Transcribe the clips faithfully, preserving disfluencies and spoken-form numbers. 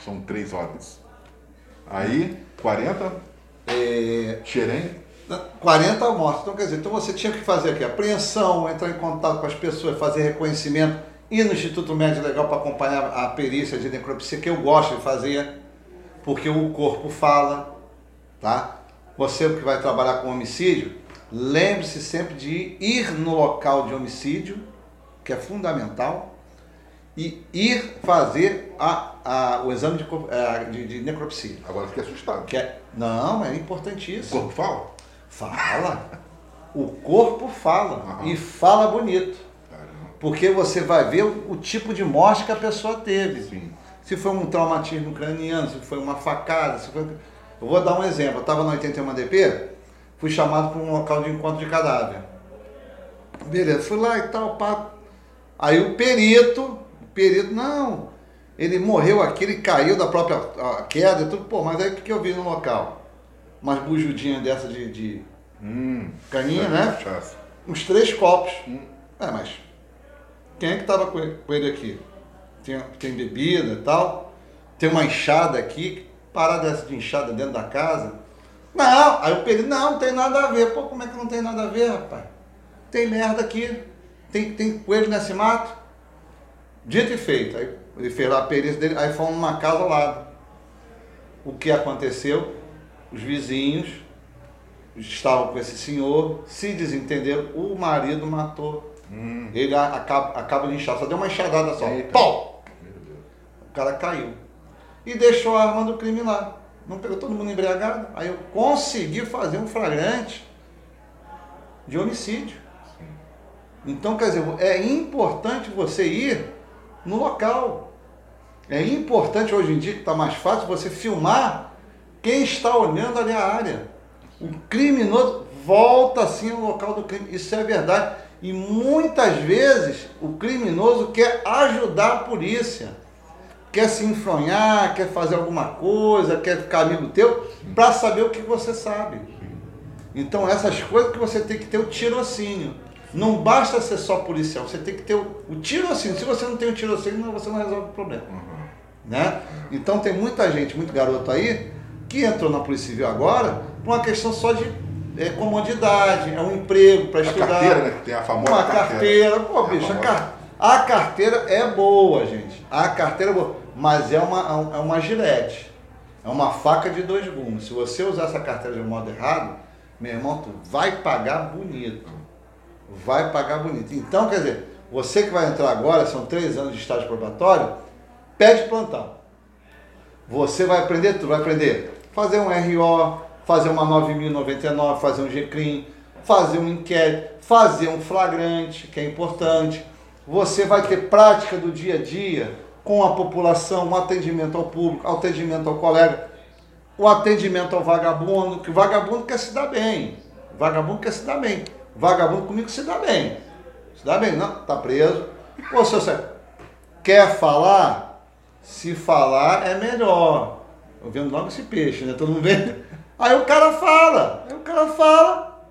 São três horas. Aí, quarenta, É, Xerém. quarenta almoços. Então, quer dizer, então você tinha que fazer aqui apreensão, entrar em contato com as pessoas, fazer reconhecimento, ir no Instituto Médico Legal para acompanhar a perícia de necropsia, que eu gosto de fazer, porque o corpo fala, tá? Você que vai trabalhar com homicídio, lembre-se sempre de ir no local de homicídio, que é fundamental, e ir fazer a, a, o exame de, a, de, de necropsia. Agora eu fiquei assustado. Que é, não, é O importantíssimo. corpo fala? Fala. O corpo fala. Aham. E fala bonito. Caramba. Porque você vai ver o, o tipo de morte que a pessoa teve. Sim. Se foi um traumatismo craniano, se foi uma facada, se foi... Eu vou dar um exemplo. Eu estava no oitenta e um D P, fui chamado para um local de encontro de cadáver. Beleza, fui lá e tal, pá. Aí o perito, o perito, não, ele morreu aqui, ele caiu da própria a queda e tudo. Pô, mas aí o que, que eu vi no local? Umas bujudinhas dessa de, de Hum. caninha, né? Cachaça. Uns três copos. Hum. É, mas quem é que estava com ele, com ele aqui? Tem, tem bebida e tal, tem uma enxada aqui, parada dessa de enxada dentro da casa. Não, aí o perito, não, não tem nada a ver. Pô, como é que não tem nada a ver, rapaz? Tem merda aqui, tem, tem coelho nesse mato. Dito e feito. Aí ele fez lá a perícia dele, aí fomos numa casa ao lado. O que aconteceu? Os vizinhos estavam com esse senhor, se desentenderam, o marido matou. Hum. Ele acaba, acaba de inchar, só deu uma enxadada só. Eita. Pau! Meu Deus. O cara caiu. E deixou a arma do crime lá. Não pegou todo mundo embriagado. Aí eu consegui fazer um flagrante de homicídio. Então, quer dizer, é importante você ir no local. É importante hoje em dia, que está mais fácil, você filmar quem está olhando ali a área. O criminoso volta assim ao local do crime. Isso é verdade. E muitas vezes o criminoso quer ajudar a polícia. Quer se enfronhar, quer fazer alguma coisa, quer ficar amigo teu, para saber o que você sabe. Então essas coisas que você tem que ter o tirocínio. Não basta ser só policial, você tem que ter o, o tirocínio. Se você não tem o tirocínio, você não resolve o problema. Uhum. Né? Então tem muita gente, muito garoto aí, que entrou na Polícia Civil agora por uma questão só de é, comodidade, é um emprego para A estudar. carteira, né? Que tem a famosa Uma carteira. carteira. Pô, É a bicho, a, famosa. car... a carteira é boa, gente. A carteira é boa, mas é uma, é uma gilete. É uma faca de dois gumes. Se você usar essa carteira de modo errado, meu irmão, tu vai pagar bonito. Vai pagar bonito. Então, quer dizer, você que vai entrar agora, são três anos de estágio probatório, pede plantão. Você vai aprender tudo, vai aprender fazer um R O, fazer uma nove mil e noventa e nove, fazer um G C R I M, fazer um inquérito, fazer um flagrante, que é importante. Você vai ter prática do dia a dia com a população, um atendimento ao público, atendimento ao colega, o atendimento ao vagabundo, que o vagabundo quer se dar bem. O vagabundo quer se dar bem. O vagabundo comigo se dá bem. Se dá bem, não, tá preso. Pô, se você quer falar, se falar é melhor. Eu vendo logo esse peixe, né? Todo mundo vê. Aí o cara fala. Aí o cara fala.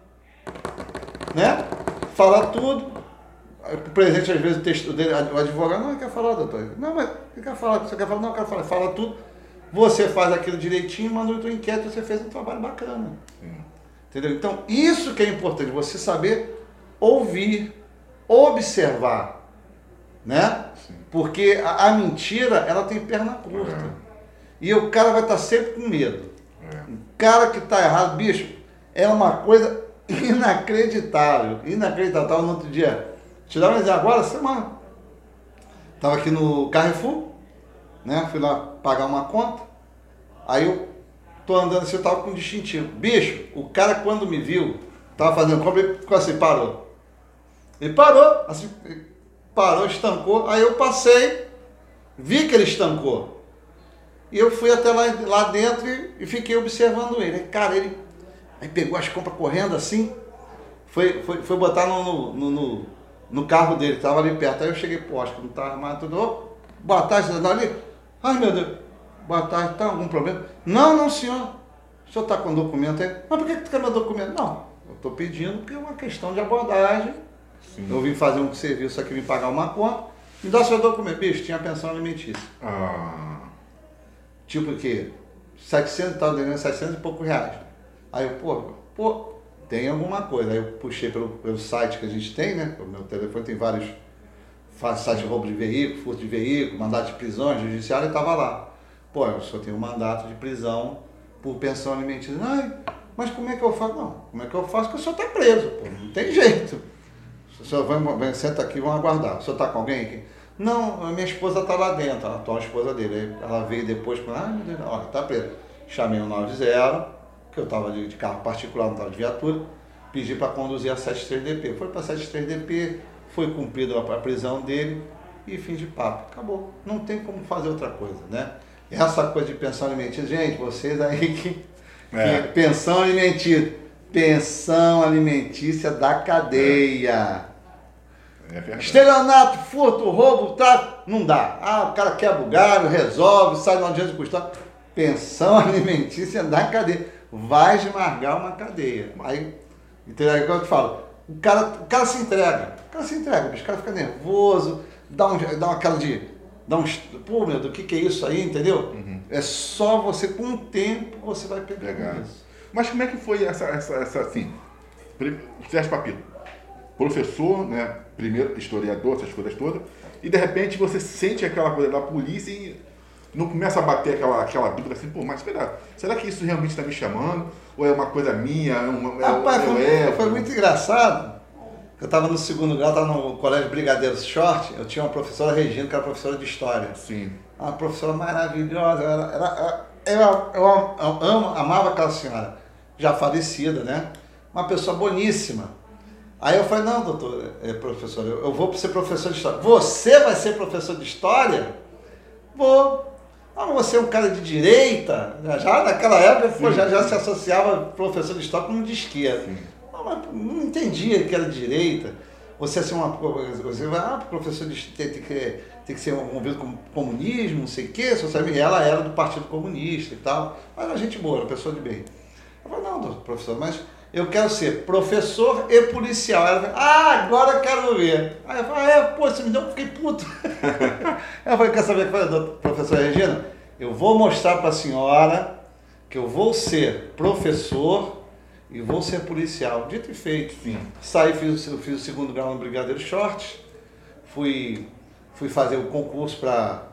Né? Fala tudo. Aí, o presente, às vezes, o, texto dele, o advogado, não, quer falar, doutor. Não, mas você quer falar? Você quer falar? Não, eu quero falar. Fala tudo. Você faz aquilo direitinho, manda o teu inquérito, você fez um trabalho bacana. Sim. Entendeu? Então, isso que é importante, você saber ouvir, observar, né? Sim. Porque a, a mentira, ela tem perna curta. É. E o cara vai estar sempre com medo. É. O cara que está errado, bicho, é uma coisa inacreditável. Inacreditável. No outro dia, te dar um exemplo, agora, semana. Estava aqui no Carrefour, né? Fui lá pagar uma conta. Aí eu tô andando assim, eu tava com um distintivo. Bicho, o cara quando me viu, tava fazendo compra, ele ficou assim, parou. Ele parou, assim, ele parou, estancou. Aí eu passei, vi que ele estancou. E eu fui até lá, lá dentro e, e fiquei observando ele. Aí, cara, ele aí pegou as compras correndo assim, foi, foi, foi botar no, no, no, no, no carro dele, que tava ali perto. Aí eu cheguei, pô, acho que não tá armado tudo. Ô, boa tarde, você tá ali? Ai, meu Deus. Boa tarde, tá algum problema? Não, não, senhor. O senhor está com documento aí? Mas por que que tu quer meu documento? Não, eu estou pedindo porque é uma questão de abordagem. Sim. Eu vim fazer um serviço aqui, vim pagar uma conta. Me dá seu documento. Bicho, tinha pensão alimentícia. Ah. Tipo que setecentos, estava devendo setecentos e poucos reais. Aí eu, pô, pô, tem alguma coisa. Aí eu puxei pelo, pelo site que a gente tem, né? O meu telefone tem vários sites de roubo de veículo, furto de veículo, mandato de prisão, judiciário, e estava lá. Pô, eu só tenho um mandato de prisão por pensão alimentícia. Ai, mas como é que eu faço? Não, como é que eu faço? Porque o senhor está preso, pô, não tem jeito. O senhor vai, vai, senta aqui e vão aguardar. O senhor está com alguém aqui? Não, a minha esposa está lá dentro, a atual esposa dele. Aí ela veio depois com, ai meu Deus, olha, está preso. Chamei o nove zero, que eu estava de, de carro particular, não estava de viatura, pedi para conduzir a setenta e três D P. Foi para a setenta e três D P, foi cumprida a prisão dele e fim de papo. Acabou. Não tem como fazer outra coisa, né? Essa coisa de pensão alimentícia, gente, vocês aí que, é. que pensão alimentícia, pensão alimentícia da cadeia. É. É estelionato, furto, roubo, tráfico, não dá. Ah, o cara quebra o galho, resolve, sai de uma audiência de custódia. Pensão alimentícia da cadeia. Vai esmagar uma cadeia. Aí, entendeu? Aí que eu te falo, o cara, o cara se entrega. O cara se entrega, bicho, o cara fica nervoso, dá, um, dá uma cara de... Dá um, pô, meu, do que que é isso aí, entendeu? Uhum. É só você, com o tempo, você vai pegar isso. Mas como é que foi essa, essa, essa assim, Sérgio Papito, professor, né, primeiro historiador, essas coisas todas, e de repente você sente aquela coisa da polícia e não começa a bater aquela, aquela dúvida assim, pô, mas espera, será que isso realmente está me chamando? Ou é uma coisa minha? É uma, Rapaz, é, foi, é, foi muito engraçado. Eu estava no segundo grau, estava no Colégio Brigadeiro Short, eu tinha uma professora Regina, que era professora de História. Sim. Uma professora maravilhosa, era, era, era, eu, eu, eu amo, amava aquela senhora, já falecida, né? Uma pessoa boníssima. Aí eu falei, não, doutor, é, professor, eu, eu vou ser professor de História. Você vai ser professor de História? Vou. Ah, você é um cara de direita? Já naquela época, pô, já, já se associava professor de História como de esquerda. Sim. Mas não entendia que era de direita. Você assim, uma, você vai, ah, professor de tem, tem, que, tem que ser envolvido com comunismo, não sei o quê. E ela era do Partido Comunista e tal. Mas era gente boa, era pessoa de bem. Eu falei, não, professor, mas eu quero ser professor e policial. Ela falou, ah, agora eu quero ver. Aí eu falei, ah, é, pô, você me deu, eu fiquei puto. Eu falei, quer saber o que foi, professora Regina? Eu vou mostrar para a senhora que eu vou ser professor e vou ser policial. Dito e feito. Sim. Saí, fiz, fiz o segundo grau no Brigadeiro Short, fui, fui fazer o concurso para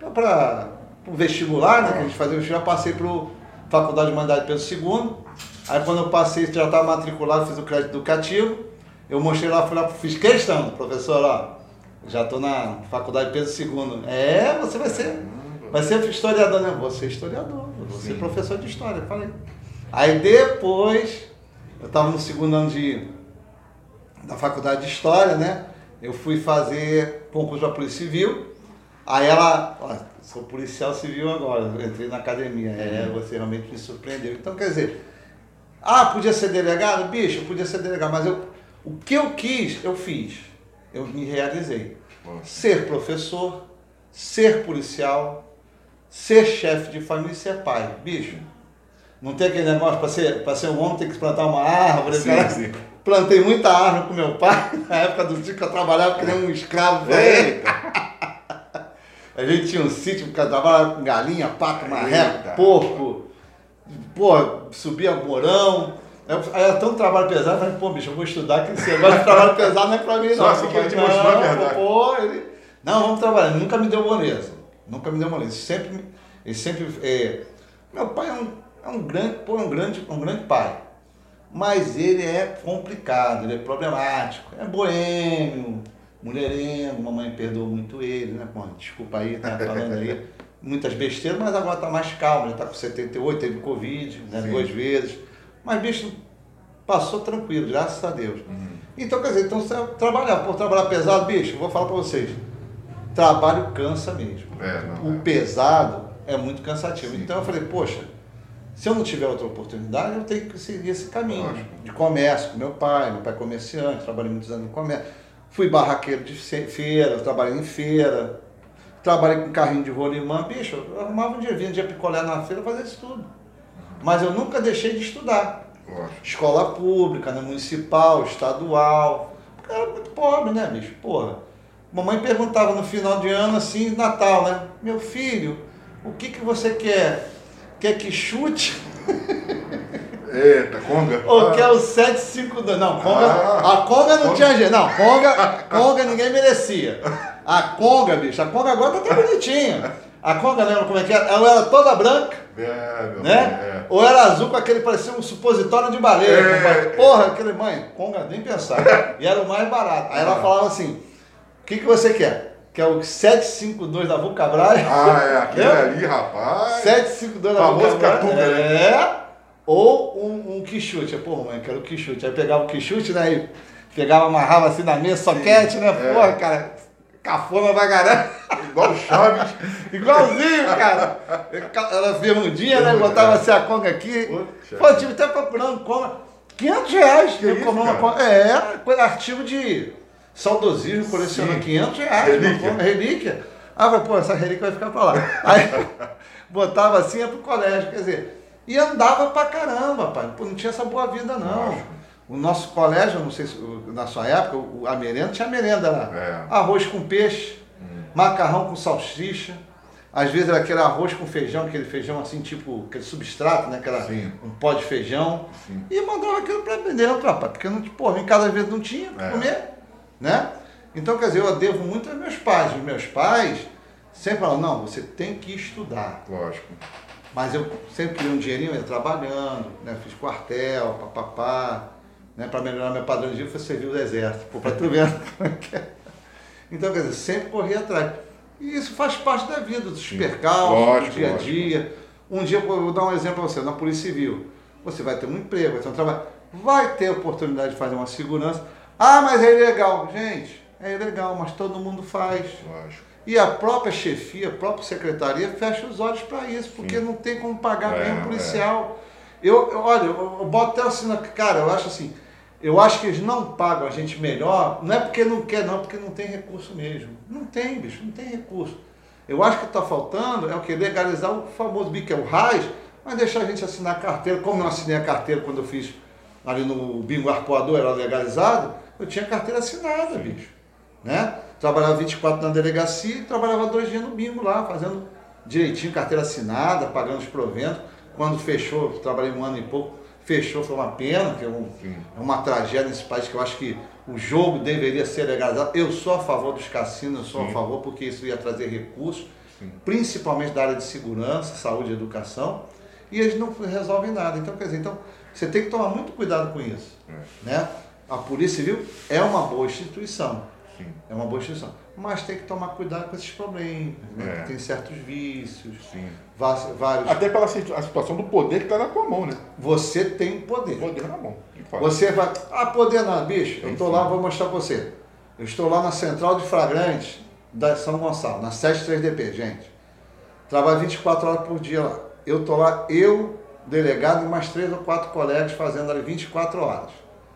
o vestibular, né? Que a gente fazia o vestibular, passei para a Faculdade de Humanidade Pedro segundo. Aí quando eu passei, já estava matriculado, fiz o crédito educativo. Eu mostrei lá, fui lá, fiz questão, professor, ó, já estou na Faculdade Pedro segundo. É, você vai ser, vai ser historiador, né? Vou ser historiador, vou ser professor de história, falei. Aí depois, eu estava no segundo ano de, da Faculdade de História, né? Eu fui fazer concurso para Polícia Civil. Aí ela, ó, sou policial civil agora, eu entrei na academia. É, você realmente me surpreendeu. Então, quer dizer, ah, podia ser delegado? Bicho, podia ser delegado, mas eu, o que eu quis, eu fiz. Eu me realizei. Ser professor, ser policial, ser chefe de família e ser pai. Bicho, não tem aquele negócio, para ser, para ser um homem tem que plantar uma árvore. Sim, cara. Sim. Plantei muita árvore com meu pai, na época do sítio que eu trabalhava que nem um escravo. A gente tinha um sítio que eu trabalhava com galinha, pato, marreco, porco. Pô, subia morão. Aí era tão trabalho pesado, eu falei, pô, bicho, eu vou estudar, que esse negócio de trabalho pesado não é pra mim, não. Só assim que ele te mostrou a verdade. Pô, ele... Não, vamos trabalhar. Ele nunca me deu moleza. Nunca me deu moleza. Sempre, ele sempre... É... Meu pai é um, é um grande, pô, é um grande, um grande pai. Mas ele é complicado, ele é problemático. É boêmio, mulherengo, mamãe perdoou muito ele, né? Pô, desculpa aí, tá falando aí. Muitas besteiras, mas agora tá mais calmo. Ele tá com setenta e oito, teve Covid, né? Duas vezes. Mas, bicho, passou tranquilo, graças a Deus. Uhum. Então, quer dizer, então você trabalhar, por trabalhar pesado, bicho, vou falar para vocês, trabalho cansa mesmo. É, não, o é. pesado é muito cansativo. Sim. Então eu falei, poxa, se eu não tiver outra oportunidade, eu tenho que seguir esse caminho. Lógico. De comércio com meu pai, meu pai é comerciante, trabalhei muitos anos em comércio. Fui barraqueiro de feira, trabalhei em feira, trabalhei com carrinho de rolimã, bicho, eu arrumava um dia, vinha um dia picolé na feira, fazia isso tudo. Mas eu nunca deixei de estudar. Lógico. Escola pública, né, municipal, estadual. Porque era muito pobre, né, bicho? Porra. Mamãe perguntava no final de ano, assim, Natal, né? Meu filho, O que, que você quer? Quer que chute? Eita, conga. Ou ah. quer o sete cinco dois? Não, conga, Ah. a conga não Conga. tinha jeito. Não, conga, conga ninguém merecia. A conga, bicho, a conga agora tá até bonitinha. A conga, lembra como é que era? Ela era toda branca, É, meu né? é. Ou era azul com aquele, parecia um supositório de baleia. É. compadre. Porra, aquele, mãe, conga, nem pensar. E era o mais barato. Aí ela Ah. falava assim, o que, que você quer? Quer o sete cinco dois da Vulcabras? Ah, é, aquele Lembra? ali, rapaz. sete cinco dois da Famoso Vulcabras. Catuca, né? É. Ou um, um quichute. Pô, mãe, quero o quichute. Aí pegava o quichute, né? E pegava, amarrava assim na mesa, soquete, né? é. Porra, cara, cafona pra caramba. Igual o Chaves. Igualzinho, cara. Ela ferrudinha, né? Botava assim a conga aqui. Poxa. Pô, eu tive até procurando conga. quinhentos reais. Que eu isso, comprei uma cara? conga. É, coisa- artigo de saudosismo, colecionando Sim. quinhentos reais. Relíquia. Uma conga, relíquia. Ah, vai, pô, essa relíquia vai ficar pra lá. Aí botava assim, ia pro colégio, quer dizer. E andava pra caramba, pai. Pô, não tinha essa boa vida, não. Lógico. O nosso colégio, não sei se na sua época, o- a merenda tinha merenda lá. É. Arroz com peixe, macarrão com salsicha. Às vezes era aquele arroz com feijão, aquele feijão assim, tipo, aquele substrato, né? Aquela, Sim. um pó de feijão. Sim. E mandava aquilo pra dentro, rapaz. Porque, não, porra, em cada vez não tinha pra É. comer, né? Então, quer dizer, eu devo muito aos meus pais. Os meus pais sempre falavam, não, você tem que estudar. Lógico. Mas eu sempre queria um dinheirinho, eu ia trabalhando, né? Fiz quartel, papapá, né? Para melhorar meu padrão de vida, foi servir o exército, pô, pra tu ver como é que é. Então, quer dizer, sempre corri atrás. E isso faz parte da vida, dos Sim. percalços, Lógico, do dia a lógico. dia. Um dia, eu vou dar um exemplo para você, na Polícia Civil. Você vai ter um emprego, vai ter um trabalho, vai ter oportunidade de fazer uma segurança. Ah, mas é ilegal. Gente, é ilegal, mas todo mundo faz. Lógico. E a própria chefia, a própria secretaria fecha os olhos para isso, porque Sim. não tem como pagar É, bem um policial. Eu, eu, olha, eu, eu boto até assim, na- cara, eu acho assim, eu acho que eles não pagam a gente melhor, não é porque não quer, não, porque não tem recurso mesmo. Não tem, bicho, não tem recurso. Eu acho que está faltando é o que? Legalizar o famoso B I C, que é o R A S, mas deixar a gente assinar a carteira. Como eu assinei a carteira quando eu fiz ali no bingo arpoador, era legalizado, eu tinha carteira assinada, bicho. Né? Trabalhava vinte e quatro na delegacia e trabalhava dois dias no bingo lá, fazendo direitinho, carteira assinada, pagando os proventos. Quando fechou, trabalhei um ano e pouco, fechou, foi uma pena, que é, um, é uma tragédia nesse país que eu acho que o jogo deveria ser legalizado. Eu sou a favor dos cassinos, eu sou Sim. a favor porque isso ia trazer recursos, Sim. principalmente da área de segurança, saúde e educação, e eles não resolvem nada. Então, quer dizer, então, você tem que tomar muito cuidado com isso. É. Né? A Polícia Civil é uma boa instituição, Sim. é uma boa instituição, mas tem que tomar cuidado com esses problemas, né? É. Tem certos vícios, Sim. va- vários... Até pela situ- a situação do poder que está na tua mão, né? Você tem poder. O poder na mão. de fato. Você vai... Ah, poder não, bicho, eu Sim, estou sim. lá, vou mostrar para você. Eu estou lá na Central de Flagrantes da São Gonçalo, na sete três D P, gente. Trabalho vinte e quatro horas por dia lá. Eu estou lá, eu, delegado, e mais três ou quatro colegas fazendo ali vinte e quatro horas.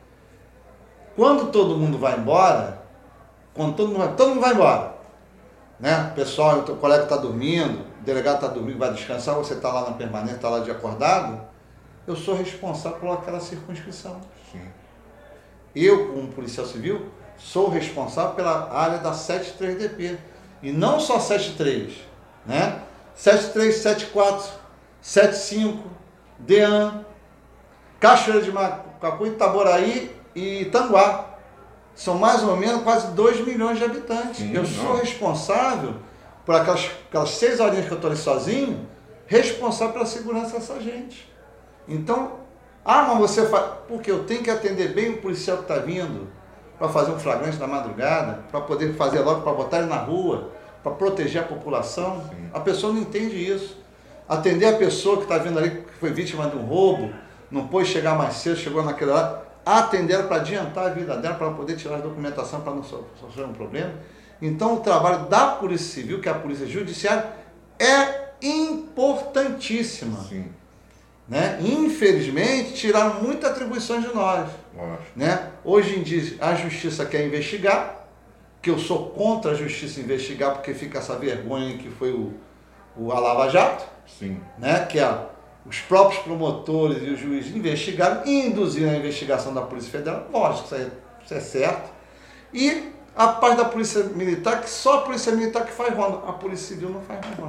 Quando todo mundo vai embora, quando todo mundo vai, todo mundo vai embora, né? O pessoal, o teu colega está dormindo, o delegado está dormindo, vai descansar, você está lá na permanência, está lá de acordado, eu sou responsável por aquela circunscrição. Sim. Eu, como policial civil, sou responsável pela área da sete três D P. E não só sete três, né? sete três, sete quatro, sete cinco, DEAN, Cachoeira de Macacu, Itaboraí e Tanguá. São mais ou menos quase dois milhões de habitantes. Sim, eu não. sou responsável por aquelas, aquelas seis horinhas que eu estou ali sozinho, responsável pela segurança dessa gente. Então, ah, mas você faz... Porque eu tenho que atender bem o policial que está vindo para fazer um flagrante na madrugada, para poder fazer logo, para botar ele na rua, para proteger a população. Sim. A pessoa não entende isso. Atender a pessoa que está vindo ali, que foi vítima de um roubo, não pôde chegar mais cedo, chegou naquele hora, atender ela para adiantar a vida dela, para poder tirar a documentação, para não so- sofrer um problema. Então, o trabalho da Polícia Civil, que é a Polícia Judiciária, é importantíssima. Sim. Né? Infelizmente, tiraram muitas atribuições de nós. Lógico. Né? Hoje em dia, a justiça quer investigar, que eu sou contra a justiça investigar, porque fica essa vergonha que foi o, o a Lava Jato, Sim. né? Que a, os próprios promotores e os juízes investigaram e induziram a investigação da Polícia Federal. Lógico, isso, aí, isso é certo. E a parte da Polícia Militar, que só a Polícia Militar que faz ronda, a Polícia Civil não faz mais ronda.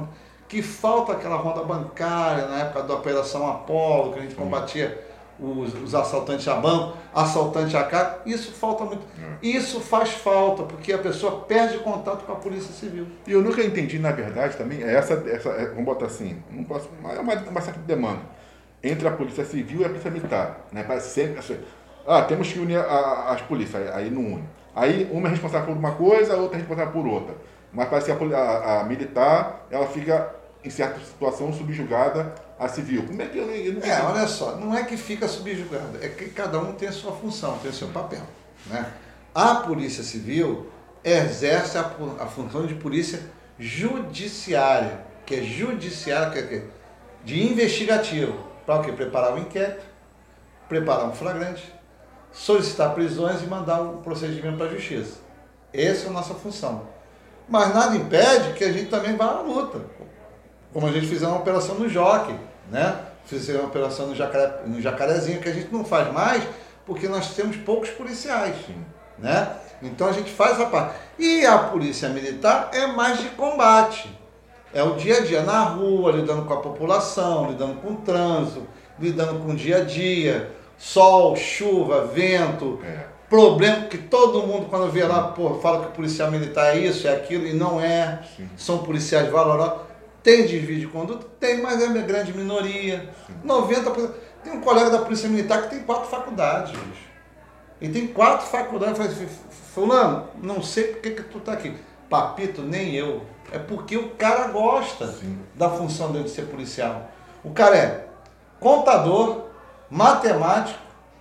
que falta aquela ronda bancária na época da Operação Apolo, que a gente combatia os, os assaltantes a banco, assaltante a carro. Isso falta muito. Isso faz falta, porque a pessoa perde contato com a Polícia Civil. E eu nunca entendi, na verdade, também, é essa, essa é, vamos botar assim, não posso, é uma, uma certa demanda entre a Polícia Civil e a Polícia Militar. Né? Parece sempre, assim, ah, temos que unir a, a, as polícias, aí não une. Aí uma é responsável por uma coisa, a outra é responsável por outra. Mas parece que a, a, a militar, ela fica, em certa situação, subjugada à civil. Como é que eu, eu não É, olha só, não é que fica subjugada, é que cada um tem a sua função, tem o seu papel. Né? A Polícia Civil exerce a, a função de polícia judiciária, que é judiciária, que é, que é de investigativo. Para o quê? Preparar o inquérito, preparar um flagrante, solicitar prisões e mandar um procedimento para a justiça. Essa é a nossa função. Mas nada impede que a gente também vá à luta. Como a gente fez uma operação no Jockey, né? Fizemos uma operação no, Jacaré, no Jacarezinho, que a gente não faz mais porque nós temos poucos policiais. Né? Então a gente faz a parte. E a Polícia Militar é mais de combate. É o dia a dia na rua, lidando com a população, lidando com o trânsito, lidando com o dia a dia, sol, chuva, vento, é. Problema que todo mundo quando vê lá, pô, fala que o policial militar é isso, é aquilo, e não é. Sim. São policiais valorosos. Tem desvio de conduta? Tem, mas é a grande minoria. Sim. noventa por cento. Tem um colega da Polícia Militar que tem quatro faculdades. Ele tem quatro faculdades. Eu falei, fulano, não sei por que que tu tá aqui. Papito, nem eu. É porque o cara gosta. Sim. Da função dele de ser policial. O cara é contador, matemático,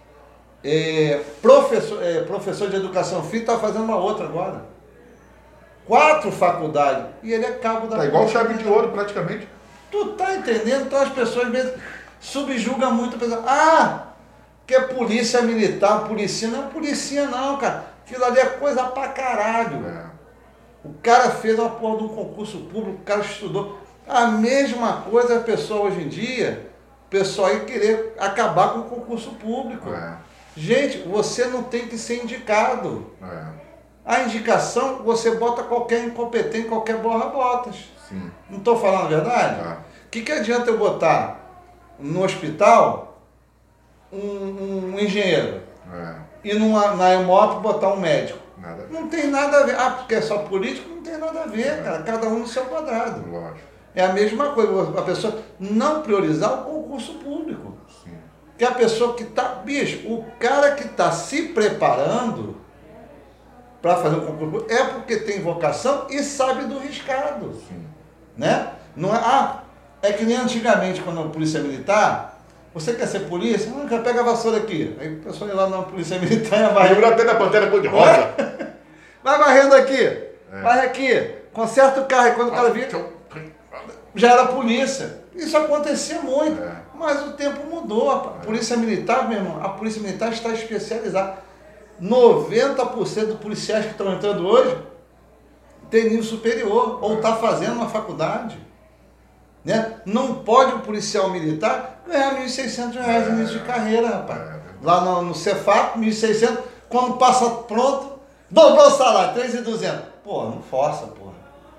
é, professor, é, professor de educação física, está fazendo uma outra agora. Quatro faculdades. E ele é cabo da... Tá igual chave de ouro, praticamente. Tu tá entendendo? Então as pessoas mesmo subjugam muito. Pensando, ah, que é polícia militar, polícia. Não é polícia não, cara. Aquilo ali é coisa pra caralho. É. O cara fez uma porra de um concurso público, o cara estudou. A mesma coisa a pessoa hoje em dia, o pessoal aí querer acabar com o concurso público. É. Gente, você não tem que ser indicado. É. A indicação, você bota qualquer incompetente, qualquer borra-botas. Sim. Não estou falando a verdade? O é. que, que adianta eu botar no hospital um, um engenheiro é. e numa, na moto botar um médico? Nada. Não tem nada a ver. Ah, porque é só político? Não tem nada a ver, é. cara. Cada um no seu quadrado. Lógico. É a mesma coisa. A pessoa não priorizar o concurso público. Sim. Que a pessoa que está... Bicho, o cara que está se preparando para fazer um concurso público é porque tem vocação e sabe do riscado. Sim. Né? Não é, ah, é que nem antigamente, quando a polícia militar, você quer ser polícia? Não, quer pegar a vassoura aqui. Aí a pessoa ia lá na polícia militar, vai... Lembra até da Pantera Cor-de-Rosa. Vai varrendo aqui, é. vai aqui, conserta o carro. E quando o cara via, já era polícia. Isso acontecia muito. É. Mas o tempo mudou. A polícia militar, meu irmão, a polícia militar está especializada. noventa por cento dos policiais que estão entrando hoje tem nível superior ou está fazendo uma faculdade. Né? Não pode o policial militar ganhar mil e seiscentos reais no início de carreira, rapaz. Lá no, no Cefap, mil e seiscentos, quando passa pronto, dobrou o salário, três mil e duzentos. Pô, não força, porra.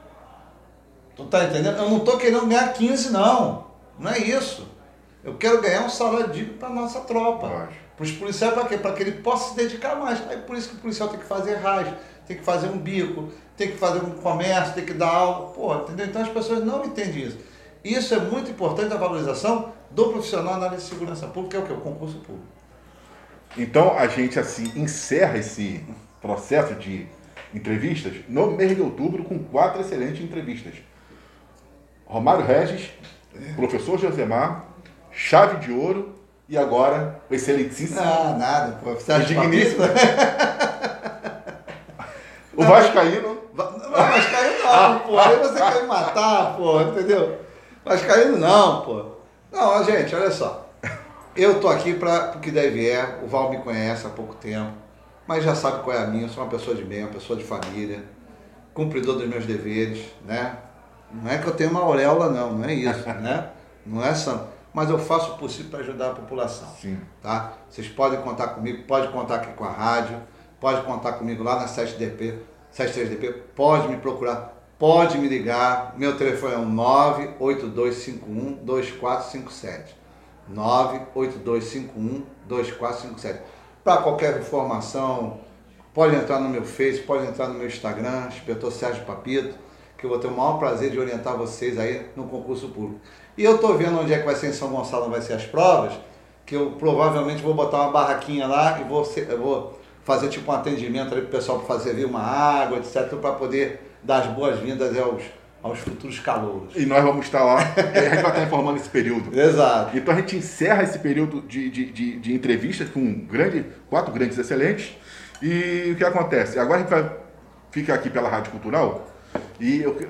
Tu tá entendendo? Eu não tô querendo ganhar quinze, não. Não é isso. Eu quero ganhar um salário digno para nossa tropa. Para os policiais, para quê? Para que ele possa se dedicar mais. Aí por isso que o policial tem que fazer rádio, tem que fazer um bico, tem que fazer um comércio, tem que dar aula. Pô, entendeu? Então as pessoas não entendem isso. Isso é muito importante, a valorização do profissional na área de segurança pública, que é o quê? O concurso público. Então a gente assim encerra esse processo de entrevistas no mês de outubro com quatro excelentes entrevistas. Romário Regis, professor Josemar, Chave de Ouro e agora o excelentíssimo... Ah, nada, pô. Você acha digníssimo? O Vascaíno... Não, Vascaíno não, pô. Aí você quer me matar, pô, entendeu? Vascaíno não, pô. Não, gente, olha só. Eu tô aqui para o que deve é. O Val me conhece há pouco tempo, mas já sabe qual é a minha. Eu sou uma pessoa de bem, uma pessoa de família, cumpridor dos meus deveres, né? Não é que eu tenho uma auréola, não, não é isso, né? Não é santo. Mas eu faço o possível para ajudar a população. Sim. Tá? Vocês podem contar comigo, pode contar aqui com a rádio, pode contar comigo lá na sete D P, sete três D P, pode me procurar pode me ligar. Meu telefone é o nove oito dois cinco um, dois quatro cinco sete. nove oito dois cinco um, dois quatro cinco sete. Para qualquer informação, pode entrar no meu Face, pode entrar no meu Instagram, Inspetor Sérgio Papito, que eu vou ter o maior prazer de orientar vocês aí no concurso público. E eu tô vendo onde é que vai ser em São Gonçalo, vai ser as provas, que eu provavelmente vou botar uma barraquinha lá e vou, ser, eu vou fazer tipo um atendimento ali pro pessoal para fazer vir uma água, etcétera, para poder dar as boas-vindas aos, aos futuros calouros. E nós vamos estar lá, a gente vai estar informando esse período. Exato. Então a gente encerra esse período de, de, de, de entrevistas com grande, quatro grandes excelentes. E o que acontece? Agora a gente vai ficar aqui pela Rádio Cultural e eu,